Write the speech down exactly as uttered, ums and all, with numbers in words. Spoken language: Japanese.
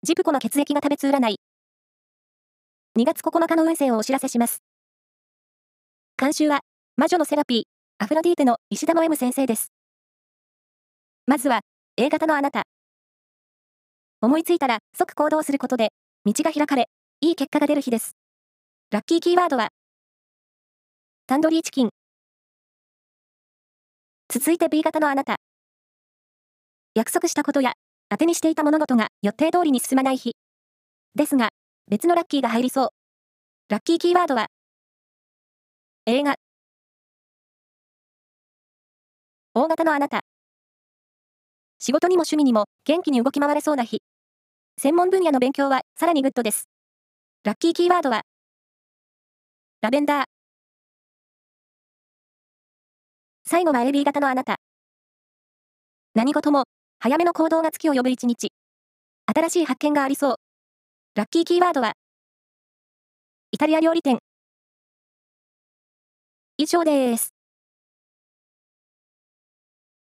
ジプコの血液が食べつ占い。にがつここのかの運勢をお知らせします。監修は、魔女のセラピー、アフロディーテの石田の M 先生です。まずは、A 型のあなた。思いついたら即行動することで、道が開かれ、いい結果が出る日です。ラッキーキーワードは、タンドリーチキン。続いて B 型のあなた。約束したことや、当てにしていた物事が予定通りに進まない日。ですが、別のラッキーが入りそう。ラッキーキーワードは、映画。O 型のあなた。仕事にも趣味にも元気に動き回れそうな日。専門分野の勉強はさらにグッドです。ラッキーキーワードは、ラベンダー。最後は エービー 型のあなた。何事も早めの行動が月を呼ぶ一日。新しい発見がありそう。ラッキーキーワードは、イタリア料理店。以上です。